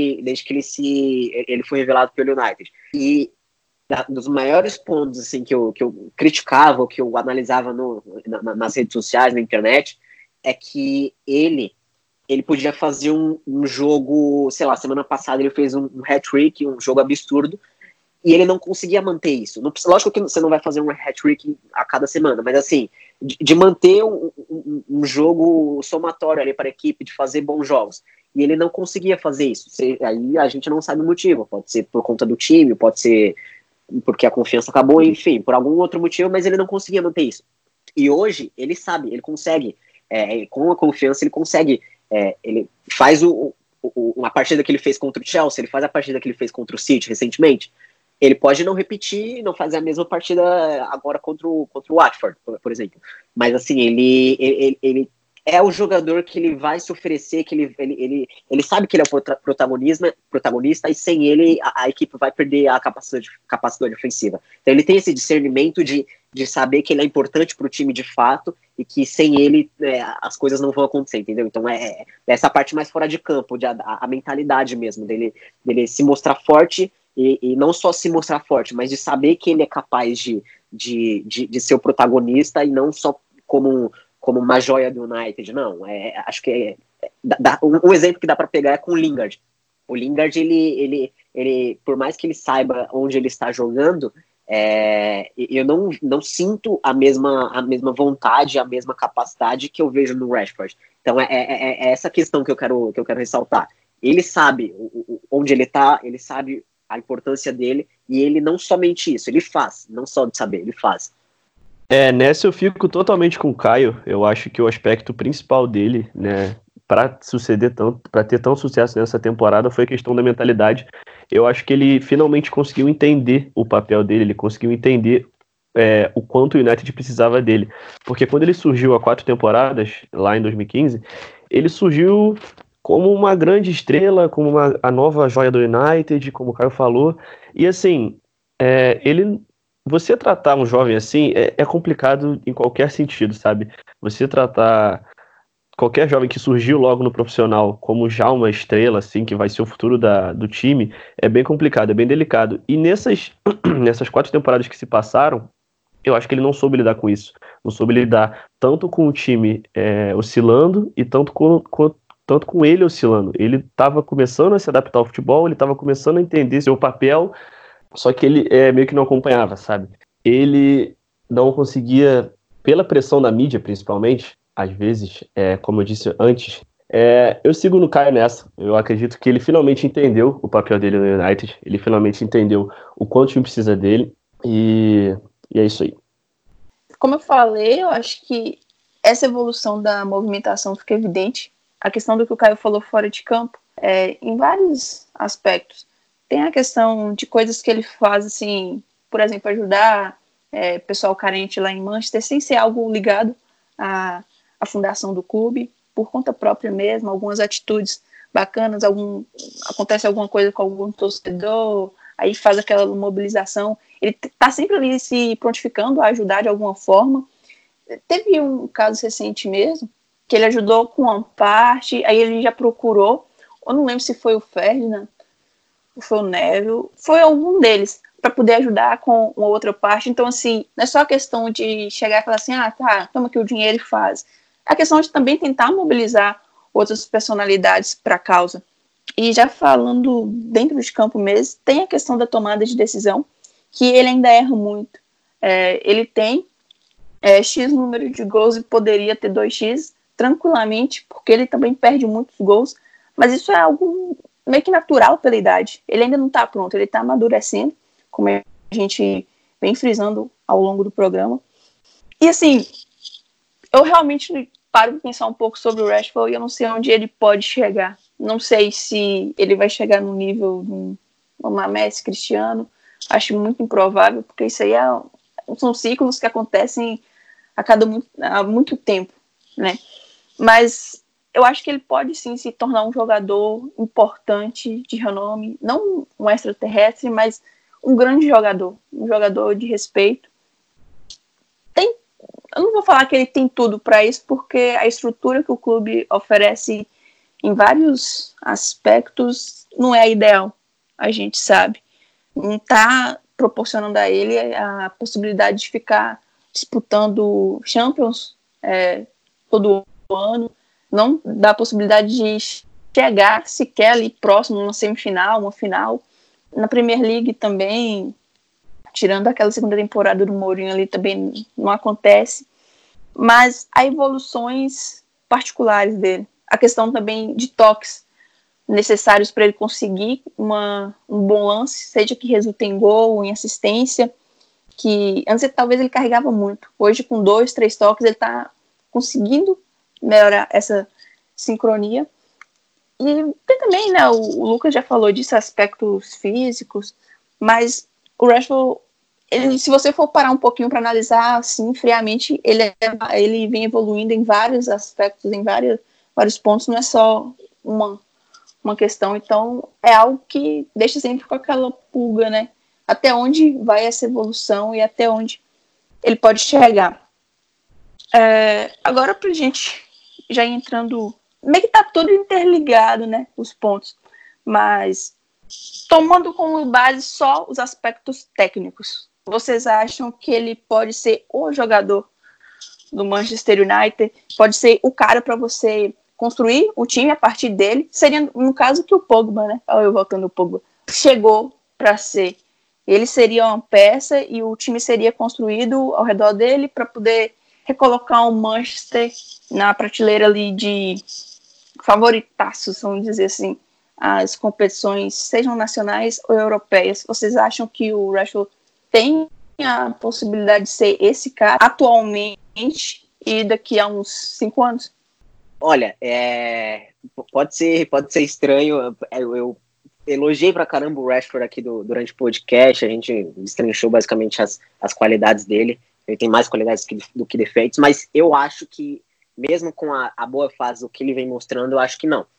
Speaker 4: ele foi revelado pelo United. E dos maiores pontos assim, que eu criticava, que eu analisava nas redes sociais, na internet, é que ele podia fazer um jogo, sei lá, semana passada ele fez um hat-trick, um jogo absurdo, e ele não conseguia manter isso. Lógico que você não vai fazer um hat-trick a cada semana, mas assim, de manter um jogo somatório ali para a equipe, de fazer bons jogos. E ele não conseguia fazer isso. Aí a gente não sabe o motivo. Pode ser por conta do time, pode ser porque a confiança acabou, enfim, por algum outro motivo, mas ele não conseguia manter isso. E hoje, ele sabe, ele consegue, com a confiança, ele consegue, ele faz a partida que ele fez contra o Chelsea, ele faz a partida que ele fez contra o City recentemente. Ele pode não repetir, não fazer a mesma partida agora contra o Watford, por exemplo. Mas, assim, ele é o jogador que ele vai se oferecer, que ele sabe que ele é o protagonista, e sem ele a equipe vai perder a capacidade ofensiva. Então ele tem esse discernimento de saber que ele é importante para o time de fato e que sem ele as coisas não vão acontecer, entendeu? Então essa parte mais fora de campo, a mentalidade mesmo, dele se mostrar forte e não só se mostrar forte, mas de saber que ele é capaz de ser o protagonista e não só como uma joia do United, não. Acho que um exemplo que dá para pegar é com o Lingard. O Lingard, ele, por mais que ele saiba onde ele está jogando, eu não sinto a mesma vontade, a mesma capacidade que eu vejo no Rashford. Então é essa questão que eu quero ressaltar. Ele sabe onde ele está, ele sabe a importância dele, e ele não somente isso, ele faz, não só de saber, ele faz.
Speaker 5: Nessa eu fico totalmente com o Caio. Eu acho que o aspecto principal dele, né, para ter tão sucesso nessa temporada foi a questão da mentalidade. Eu acho que ele finalmente conseguiu entender o papel dele, ele conseguiu entender o quanto o United precisava dele. Porque quando ele surgiu há 4 temporadas, lá em 2015, ele surgiu como uma grande estrela, como a nova joia do United, como o Caio falou. E assim, você tratar um jovem assim é complicado em qualquer sentido, sabe? Você tratar qualquer jovem que surgiu logo no profissional como já uma estrela, assim, que vai ser o futuro do time, é bem complicado, é bem delicado. E nessas 4 temporadas que se passaram, eu acho que ele não soube lidar com isso. Não soube lidar tanto com o time oscilando e tanto com ele oscilando. Ele estava começando a se adaptar ao futebol, ele estava começando a entender seu papel, só que ele meio que não acompanhava, sabe? Ele não conseguia, pela pressão da mídia, principalmente, às vezes, como eu disse antes, eu sigo no Caio nessa. Eu acredito que ele finalmente entendeu o papel dele no United, ele finalmente entendeu o quanto o time precisa dele, e é isso aí.
Speaker 3: Como eu falei, eu acho que essa evolução da movimentação fica evidente. A questão do que o Caio falou fora de campo, em vários aspectos. Tem a questão de coisas que ele faz, assim, por exemplo, ajudar pessoal carente lá em Manchester, sem ser algo ligado à fundação do clube, por conta própria mesmo, algumas atitudes bacanas, acontece alguma coisa com algum torcedor, aí faz aquela mobilização. Ele está sempre ali se prontificando a ajudar de alguma forma. Teve um caso recente mesmo, que ele ajudou com uma parte, aí ele já procurou, eu não lembro se foi o Ferdinand, foi o Neville, foi algum deles, para poder ajudar com uma outra parte. Então, assim, não é só a questão de chegar e falar assim, tá, toma aqui o dinheiro e faz. É a questão de também tentar mobilizar outras personalidades para a causa. E já falando dentro de campo mesmo, tem a questão da tomada de decisão, que ele ainda erra muito. Ele tem X número de gols e poderia ter 2X tranquilamente, porque ele também perde muitos gols, mas isso é algo meio que natural pela idade. Ele ainda não está pronto, ele está amadurecendo, como a gente vem frisando ao longo do programa. E assim, eu realmente paro de pensar um pouco sobre o Rashford e eu não sei onde ele pode chegar. Não sei se ele vai chegar no nível de uma Messi, Cristiano. Acho muito improvável, porque isso aí são ciclos que acontecem há muito tempo, né? Mas eu acho que ele pode sim se tornar um jogador importante, de renome, não um extraterrestre, mas um grande jogador, um jogador de respeito. Eu não vou falar que ele tem tudo para isso, porque a estrutura que o clube oferece em vários aspectos não é a ideal, a gente sabe. Não está proporcionando a ele a possibilidade de ficar disputando Champions todo ano, não dá a possibilidade de chegar sequer ali próximo, numa semifinal, uma final. Na Premier League também, tirando aquela segunda temporada do Mourinho ali, também não acontece. Mas há evoluções particulares dele. A questão também de toques necessários para ele conseguir um bom lance, seja que resulte em gol ou em assistência, que antes talvez ele carregava muito. Hoje, com 2, 3 toques, ele está conseguindo melhorar essa sincronia. E tem também, né, o Lucas já falou disso, aspectos físicos, mas o Rashford, se você for parar um pouquinho para analisar assim, friamente, ele vem evoluindo em vários aspectos, em vários pontos, não é só uma questão. Então, é algo que deixa sempre com aquela pulga, né? Até onde vai essa evolução e até onde ele pode chegar. Agora, pra gente já entrando, meio que tá tudo interligado, né, os pontos, mas tomando como base só os aspectos técnicos, vocês acham que ele pode ser o jogador do Manchester United, pode ser o cara para você construir o time a partir dele? Seria, no caso, que o Pogba, né? Eu voltando o Pogba, chegou para ser. Ele seria uma peça e o time seria construído ao redor dele para poder recolocar o Manchester na prateleira ali de favoritaços, vamos dizer assim, as competições, sejam nacionais ou europeias. Vocês acham que o Rashford tem a possibilidade de ser esse cara atualmente e daqui a uns 5 anos?
Speaker 4: Olha, pode ser estranho. Eu elogiei pra caramba o Rashford aqui durante o podcast. A gente destrinchou basicamente as qualidades dele. Ele tem mais qualidades do que defeitos, mas eu acho que, mesmo com a boa fase, o que ele vem mostrando, eu acho que não.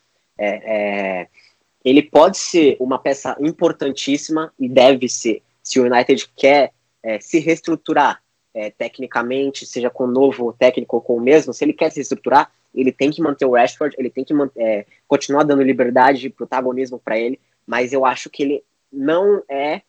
Speaker 4: Ele pode ser uma peça importantíssima e deve ser, se o United quer se reestruturar tecnicamente, seja com um novo técnico ou com o mesmo, se ele quer se reestruturar, ele tem que manter o Rashford, ele tem que continuar dando liberdade de protagonismo para ele, mas eu acho que ele não é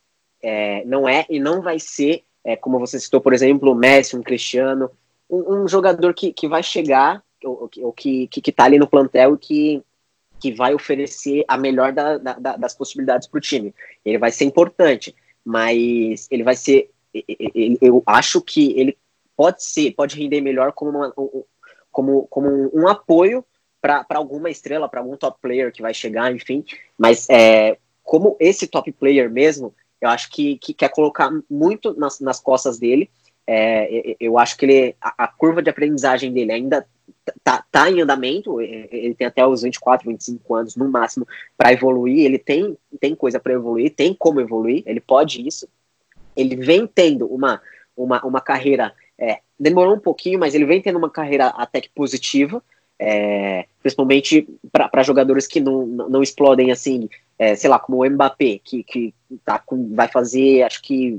Speaker 4: e não vai ser, como você citou, por exemplo, o Messi, um Cristiano, um jogador que vai chegar, ou que tá ali no plantel e que vai oferecer a melhor das possibilidades para o time. Ele vai ser importante, mas ele vai ser, eu acho que ele pode render melhor como um apoio para alguma estrela, para algum top player que vai chegar, enfim, mas como esse top player mesmo, eu acho que quer colocar muito nas costas dele. Eu acho que a curva de aprendizagem dele ainda tá em andamento. Ele tem até os 24, 25 anos no máximo para evoluir. Ele tem coisa para evoluir, tem como evoluir, ele pode isso. Ele vem tendo uma carreira, demorou um pouquinho, mas ele vem tendo uma carreira até que positiva, principalmente para jogadores que não explodem assim, sei lá, como o Mbappé, que vai fazer, acho que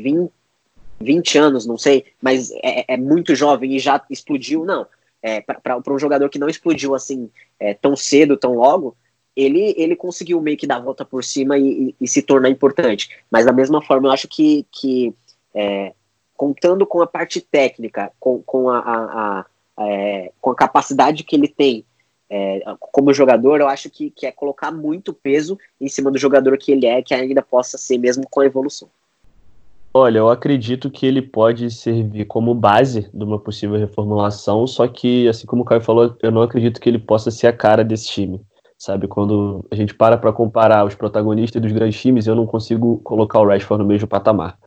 Speaker 4: 20 anos, não sei, mas é muito jovem e já explodiu. Não, para um jogador que não explodiu assim tão cedo, tão logo, ele conseguiu meio que dar a volta por cima e se tornar importante. Mas da mesma forma, eu acho que contando com a parte técnica, com a capacidade que ele tem como jogador, eu acho que é colocar muito peso em cima do jogador que ele que ainda possa ser mesmo com a evolução.
Speaker 5: Olha, eu acredito que ele pode servir como base de uma possível reformulação, só que, assim como o Caio falou, eu não acredito que ele possa ser a cara desse time, sabe? Quando a gente para comparar os protagonistas dos grandes times, eu não consigo colocar o Rashford no mesmo patamar.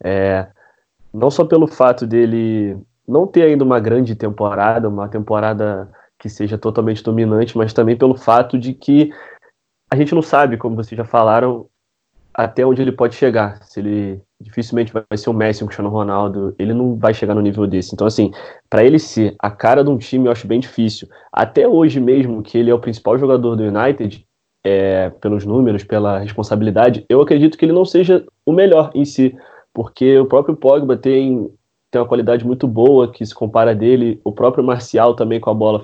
Speaker 5: Não só pelo fato dele não ter ainda uma grande temporada, uma temporada que seja totalmente dominante, mas também pelo fato de que a gente não sabe, como vocês já falaram, até onde ele pode chegar, se ele dificilmente vai ser o Messi, o Cristiano Ronaldo, ele não vai chegar no nível desse. Então, assim, para ele ser a cara de um time, eu acho bem difícil. Até hoje mesmo, que ele é o principal jogador do United, pelos números, pela responsabilidade, eu acredito que ele não seja o melhor em si, porque o próprio Pogba tem uma qualidade muito boa que se compara dele, o próprio Martial também com a bola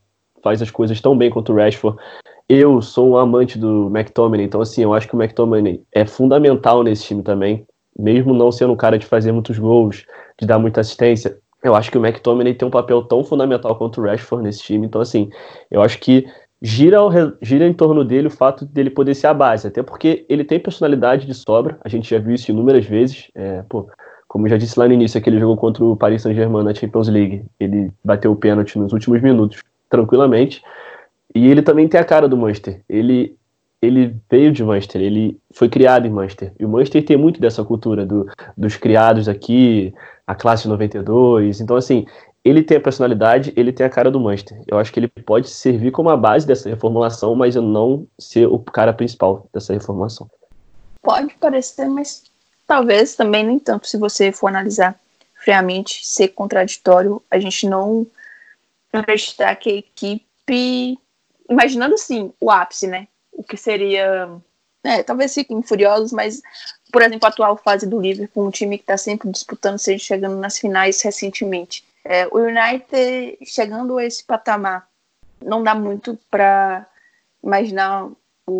Speaker 5: faz as coisas tão bem quanto o Rashford. Eu sou um amante do McTominay, então assim, eu acho que o McTominay é fundamental nesse time também, mesmo não sendo um cara de fazer muitos gols, de dar muita assistência. Eu acho que o McTominay tem um papel tão fundamental quanto o Rashford nesse time, então assim, eu acho que gira em torno dele o fato dele poder ser a base, até porque ele tem personalidade de sobra, a gente já viu isso inúmeras vezes, como eu já disse lá no início, aquele jogo contra o Paris Saint-Germain na Champions League, ele bateu o pênalti nos últimos minutos, tranquilamente, e ele também tem a cara do Manchester, ele veio de Manchester, ele foi criado em Manchester, e o Manchester tem muito dessa cultura dos criados aqui, a classe 92, então assim, ele tem a personalidade, ele tem a cara do Manchester. Eu acho que ele pode servir como a base dessa reformulação, mas eu não ser o cara principal dessa reformulação.
Speaker 3: Pode parecer, mas talvez também nem tanto. Se você for analisar friamente, ser contraditório, a gente não acreditar que a equipe, imaginando assim, o ápice, né? O que seria, talvez fiquem furiosos, mas, por exemplo, a atual fase do Liverpool, um time que está sempre disputando, seja chegando nas finais recentemente. O United chegando a esse patamar, não dá muito para imaginar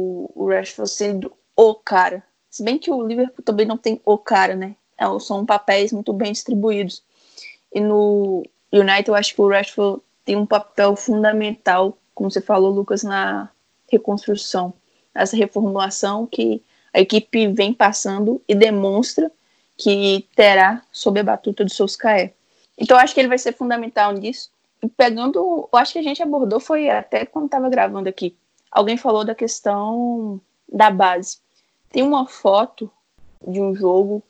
Speaker 3: o Rashford sendo o cara. Se bem que o Liverpool também não tem o cara, né? São papéis muito bem distribuídos. E no United eu acho que o Rashford tem um papel fundamental, como você falou, Lucas, na reconstrução. Essa reformulação que a equipe vem passando e demonstra que terá sob a batuta do Solskjaer. Então, eu acho que ele vai ser fundamental nisso. E eu acho que a gente abordou, foi até quando estava gravando aqui, alguém falou da questão da base. Tem uma foto de um jogo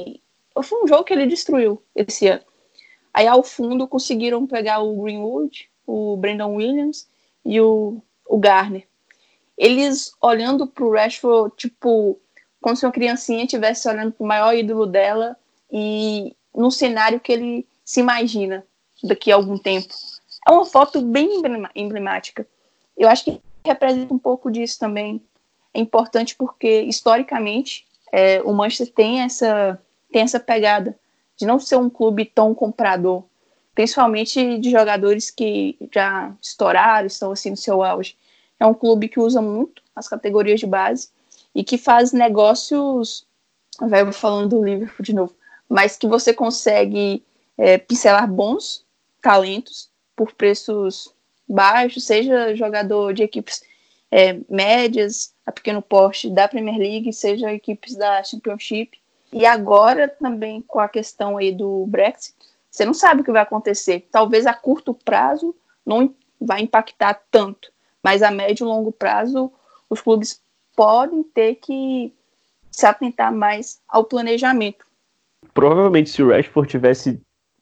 Speaker 3: foi um jogo que ele destruiu esse ano. Aí, ao fundo, conseguiram pegar o Greenwood, o Brandon Williams e o Garner. Eles olhando para o Rashford, tipo, como se uma criancinha estivesse olhando para o maior ídolo dela e num cenário que ele se imagina daqui a algum tempo. É uma foto bem emblemática. Eu acho que representa um pouco disso também. É importante porque, historicamente, o Manchester tem essa pegada de não ser um clube tão comprador, principalmente de jogadores que já estouraram, estão assim no seu auge. É um clube que usa muito as categorias de base e que faz negócios, vai falando do Liverpool de novo, mas que você consegue pincelar bons talentos por preços baixos, seja jogador de equipes médias, a pequeno porte da Premier League, seja equipes da Championship. E agora também com a questão aí do Brexit, você não sabe o que vai acontecer. Talvez a curto prazo não vai impactar tanto, mas a médio e longo prazo os clubes podem ter que se atentar mais ao planejamento.
Speaker 5: Provavelmente se o Rashford tivesse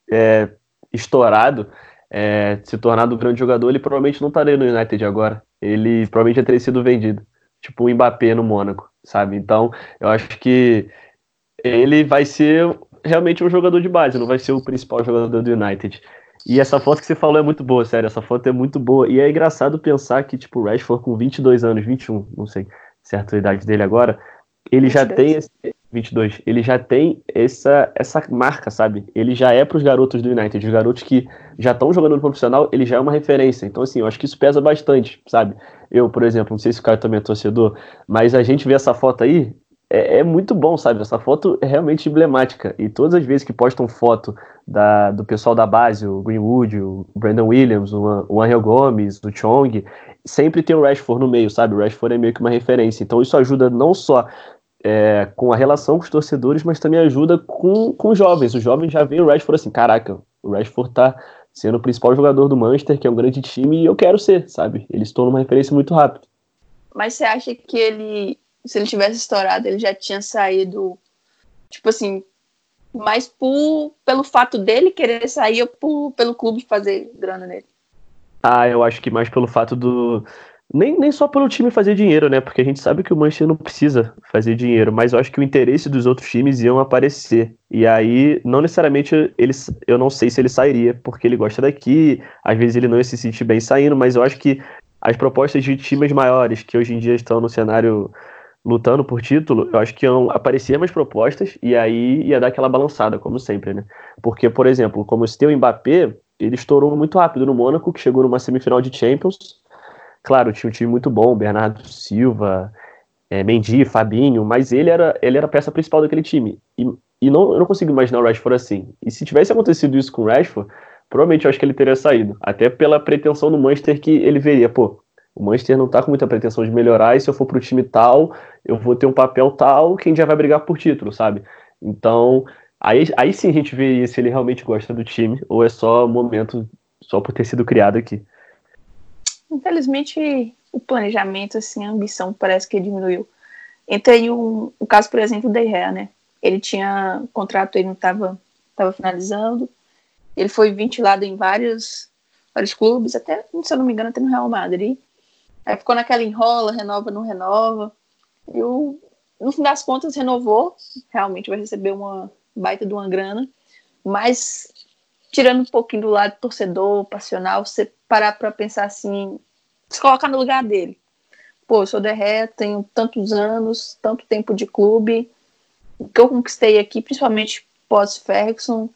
Speaker 5: estourado, se tornado um grande jogador, ele provavelmente não estaria no United agora. Ele provavelmente já teria sido vendido, tipo o Mbappé no Mônaco, sabe? Então, eu acho que ele vai ser realmente um jogador de base, não vai ser o principal jogador do United. E essa foto que você falou é muito boa, sério, essa foto é muito boa. E é engraçado pensar que, tipo, o Rashford com 22 anos, 21, não sei certa a idade dele agora, ele 22. Já tem 22, ele já tem essa marca, sabe? Ele já é pros garotos do United, os garotos que já estão jogando no profissional, ele já é uma referência. Então, assim, eu acho que isso pesa bastante, sabe? Eu, por exemplo, não sei se o Caio também é torcedor, mas a gente vê essa foto aí, é muito bom, sabe? Essa foto é realmente emblemática. E todas as vezes que postam foto do pessoal da base, o Greenwood, o Brandon Williams, o Angel Gomes, o Chong, sempre tem o Rashford no meio, sabe? O Rashford é meio que uma referência. Então isso ajuda não só com a relação com os torcedores, mas também ajuda com os jovens. Os jovens já veem o Rashford assim, caraca, o Rashford tá sendo o principal jogador do Manchester, que é um grande time, e eu quero ser, sabe? Eles tornam uma referência muito rápido.
Speaker 3: Mas você acha que se ele tivesse estourado, ele já tinha saído, tipo assim, mais pelo fato dele querer sair ou pelo clube fazer grana nele?
Speaker 5: Eu acho que mais pelo fato Nem só pelo time fazer dinheiro, né? Porque a gente sabe que o Manchester não precisa fazer dinheiro, mas eu acho que o interesse dos outros times iam aparecer. E aí, não necessariamente, eu não sei se ele sairia, porque ele gosta daqui, às vezes ele não ia se sentir bem saindo, mas eu acho que as propostas de times maiores, que hoje em dia estão no cenário lutando por título, eu acho que iam aparecer mais propostas, e aí ia dar aquela balançada, como sempre, né? Porque, por exemplo, como se tem o Mbappé, ele estourou muito rápido no Mônaco, que chegou numa semifinal de Champions. Claro, tinha um time muito bom, Bernardo Silva, Mendy, Fabinho, mas ele era a peça principal daquele time. E não, eu não consigo imaginar o Rashford assim. E se tivesse acontecido isso com o Rashford, provavelmente eu acho que ele teria saído. Até pela pretensão do Manchester que ele veria, pô, o Manchester não tá com muita pretensão de melhorar, e se eu for pro time tal, eu vou ter um papel tal, quem já vai brigar por título, sabe? Então, aí sim a gente vê se ele realmente gosta do time, ou é só momento, só por ter sido criado aqui.
Speaker 3: Infelizmente, o planejamento, assim, a ambição parece que diminuiu. Entre aí o caso, por exemplo, do De Gea, né? Ele tinha o contrato, ele não estava finalizando. Ele foi ventilado em vários clubes, até, se eu não me engano, até no Real Madrid. Aí ficou naquela enrola, renova, não renova. E no fim das contas, renovou. Realmente vai receber uma baita de uma grana. Mas, tirando um pouquinho do lado torcedor, passional, você parar para pensar assim, se colocar no lugar dele. Pô, eu sou De Gea, tenho tantos anos, tanto tempo de clube, o que eu conquistei aqui, principalmente pós-Ferguson,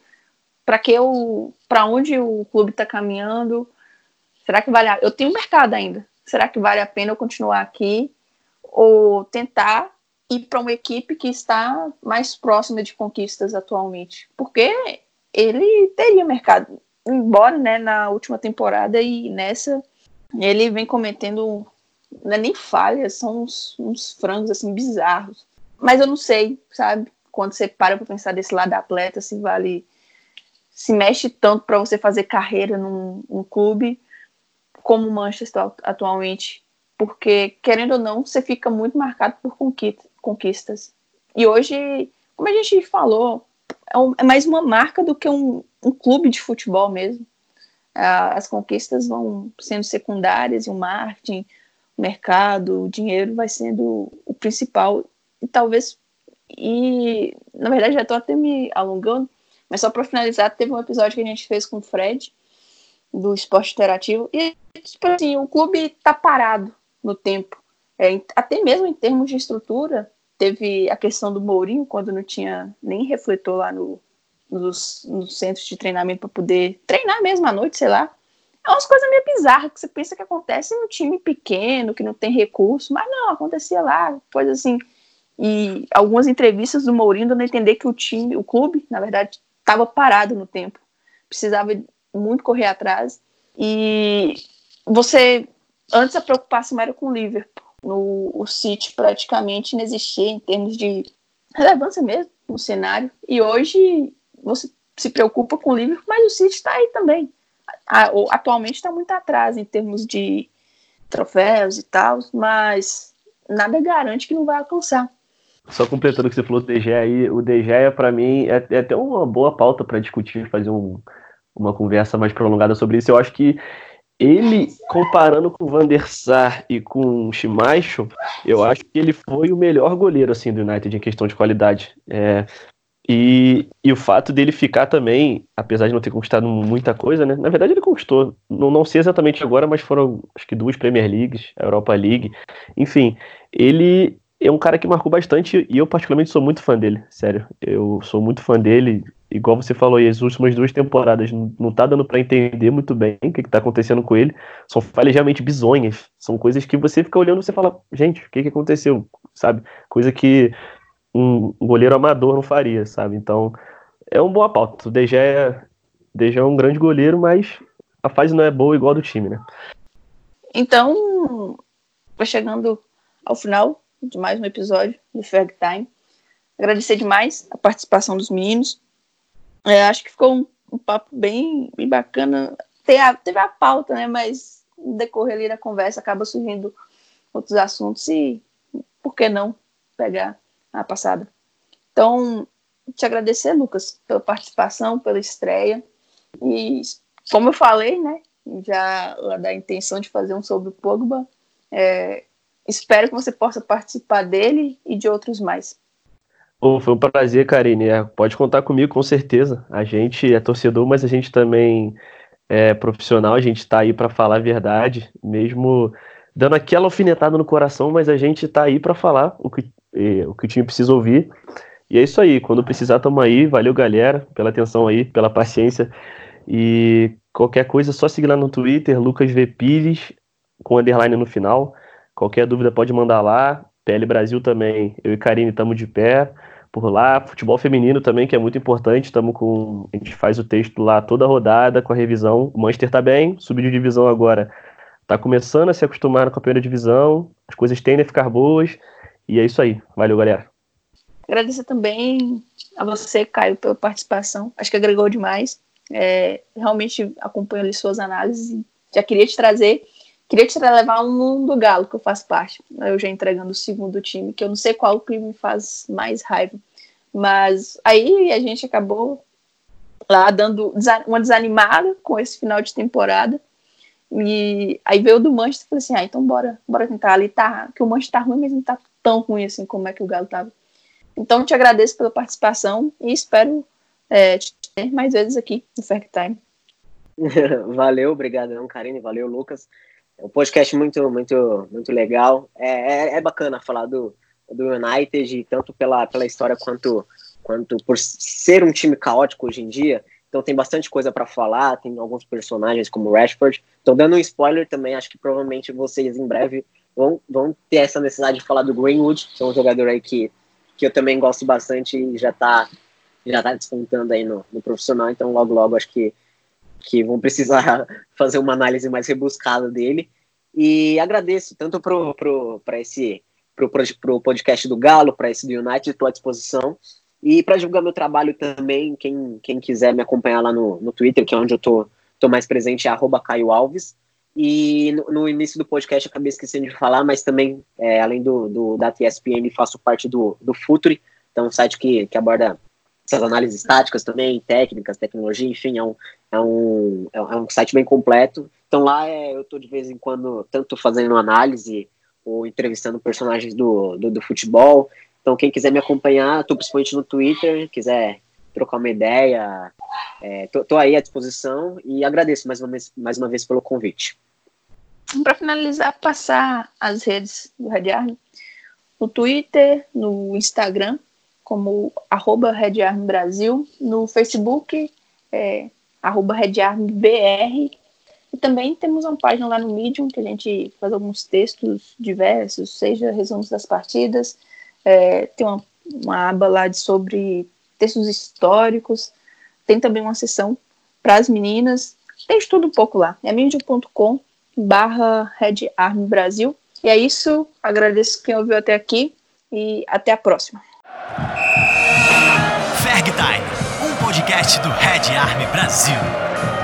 Speaker 3: para onde o clube está caminhando, será que vale eu tenho mercado ainda, será que vale a pena eu continuar aqui ou tentar ir para uma equipe que está mais próxima de conquistas atualmente? Porque ele teria mercado, embora, né, na última temporada e nessa ele vem cometendo, não é nem falhas, são uns frangos assim bizarros. Mas eu não sei, sabe? Quando você para pensar desse lado da atleta, se mexe tanto para você fazer carreira num clube como o Manchester atualmente. Porque, querendo ou não, você fica muito marcado por conquistas. E hoje, como a gente falou, é mais uma marca do que um clube de futebol mesmo. As conquistas vão sendo secundárias e o marketing, o mercado, o dinheiro vai sendo o principal. E na verdade já estou até me alongando, mas só para finalizar, teve um episódio que a gente fez com o Fred, do Esporte Interativo, e tipo assim, o clube está parado no tempo. Até mesmo em termos de estrutura, teve a questão do Mourinho, quando não tinha nem refletor lá nos centros de treinamento para poder treinar mesmo à noite, sei lá. É umas coisas meio bizarras que você pensa que acontece num time pequeno, que não tem recurso, mas não, acontecia lá, coisa assim. E algumas entrevistas do Mourinho dando a entender que o clube, na verdade, estava parado no tempo. Precisava muito correr atrás. E antes a preocupação era com o Liverpool. O City praticamente não existia em termos de relevância mesmo no cenário. E hoje você se preocupa com o Liverpool, mas o City está aí também. Atualmente está muito atrás em termos de troféus e tal, mas nada garante que não vai alcançar.
Speaker 5: Só completando o que você falou do De Gea aí, o De Gea, pra mim, é até uma boa pauta para discutir, fazer uma conversa mais prolongada sobre isso. Eu acho que ele, comparando com o Van der Sar e com o Schmeichel, eu acho que ele foi o melhor goleiro assim, do United em questão de qualidade. E o fato dele ficar também, apesar de não ter conquistado muita coisa, né? Na verdade ele conquistou, não sei exatamente agora, mas foram acho que 2 Premier Leagues, a Europa League, enfim, ele é um cara que marcou bastante e eu particularmente sou muito fã dele, sério, eu sou muito fã dele, igual você falou aí, as últimas 2 temporadas não tá dando pra entender muito bem o que tá acontecendo com ele, são falhas realmente bizonhas, são coisas que você fica olhando e você fala, gente, o que aconteceu, sabe, coisa que um goleiro amador não faria, sabe? Então, é uma boa pauta. O De Gea é um grande goleiro, mas a fase não é boa igual a do time, né?
Speaker 3: Então, vai chegando ao final de mais um episódio do Ferg Time. Agradecer demais a participação dos meninos. Acho que ficou um papo bem bacana. Teve a pauta, né? Mas no decorrer ali da conversa acaba surgindo outros assuntos e por que não pegar a passada. Então, te agradecer, Lucas, pela participação, pela estreia. E, como eu falei, né, já lá da intenção de fazer um sobre o Pogba, Espero que você possa participar dele e de outros mais.
Speaker 5: Foi um prazer, Karine. Pode contar comigo, com certeza. A gente é torcedor, mas a gente também é profissional, a gente está aí para falar a verdade, mesmo dando aquela alfinetada no coração, mas a gente está aí para falar o que o time precisa ouvir. E é isso aí, quando precisar, estamos aí. Valeu, galera, pela atenção aí, pela paciência. E qualquer coisa, é só seguir lá no Twitter, Lucas V. Pires, com underline no final. Qualquer dúvida pode mandar lá. PL Brasil também, eu e Karine estamos de pé por lá. Futebol feminino também, que é muito importante. A gente faz o texto lá toda rodada com a revisão. O Manchester tá bem, subiu de divisão agora. Tá começando a se acostumar com a primeira divisão. As coisas tendem a ficar boas. E é isso aí. Valeu, galera.
Speaker 3: Agradecer também a você, Caio, pela participação. Acho que agregou demais. Realmente acompanho ali suas análises. Já queria te levar um mundo galo, que eu faço parte. Eu já entregando o segundo time, que eu não sei qual que me faz mais raiva. Mas aí a gente acabou lá dando uma desanimada com esse final de temporada. E aí veio o do Manchester e falei assim, então bora tentar ali. Que o Manchester tá ruim, mas não tá tão ruim assim como é que o Galo tava. Então, te agradeço pela participação e espero te ter mais vezes aqui no Ferg Time.
Speaker 4: Valeu, obrigado, Karine, valeu, Lucas. É um podcast muito, muito, muito legal. É bacana falar do United, tanto pela história quanto por ser um time caótico hoje em dia. Então tem bastante coisa para falar, tem alguns personagens como o Rashford. Estou dando um spoiler também, acho que provavelmente vocês em breve vão ter essa necessidade de falar do Greenwood, que é um jogador aí que eu também gosto bastante e já tá despontando aí no profissional, então logo acho que vão precisar fazer uma análise mais rebuscada dele. E agradeço tanto pro podcast do Galo, para esse do United, estou à disposição. E para divulgar meu trabalho também, quem quiser me acompanhar lá no Twitter, que é onde eu tô mais presente, é @Caio Alves. E no início do podcast eu acabei esquecendo de falar, mas também, além da ESPN, faço parte do Futuri, então um site que aborda essas análises táticas também, técnicas, tecnologia, enfim, é um site bem completo. Então lá eu estou de vez em quando tanto fazendo análise ou entrevistando personagens do futebol. Então quem quiser me acompanhar, estou principalmente no Twitter, quiser trocar uma ideia, tô aí à disposição e agradeço mais uma vez pelo convite.
Speaker 3: Para finalizar, passar as redes do Red Army, no Twitter, no Instagram, como @Red Army Brasil, no Facebook, @Red Army BR, e também temos uma página lá no Medium, que a gente faz alguns textos diversos, seja resumos das partidas, tem uma aba lá sobre textos históricos, tem também uma seção para as meninas, tem de tudo um pouco lá, é medium.com/Red Army Brasil. E é isso, agradeço quem ouviu até aqui e até a próxima.
Speaker 2: Ferg Time, um podcast do Red Army Brasil.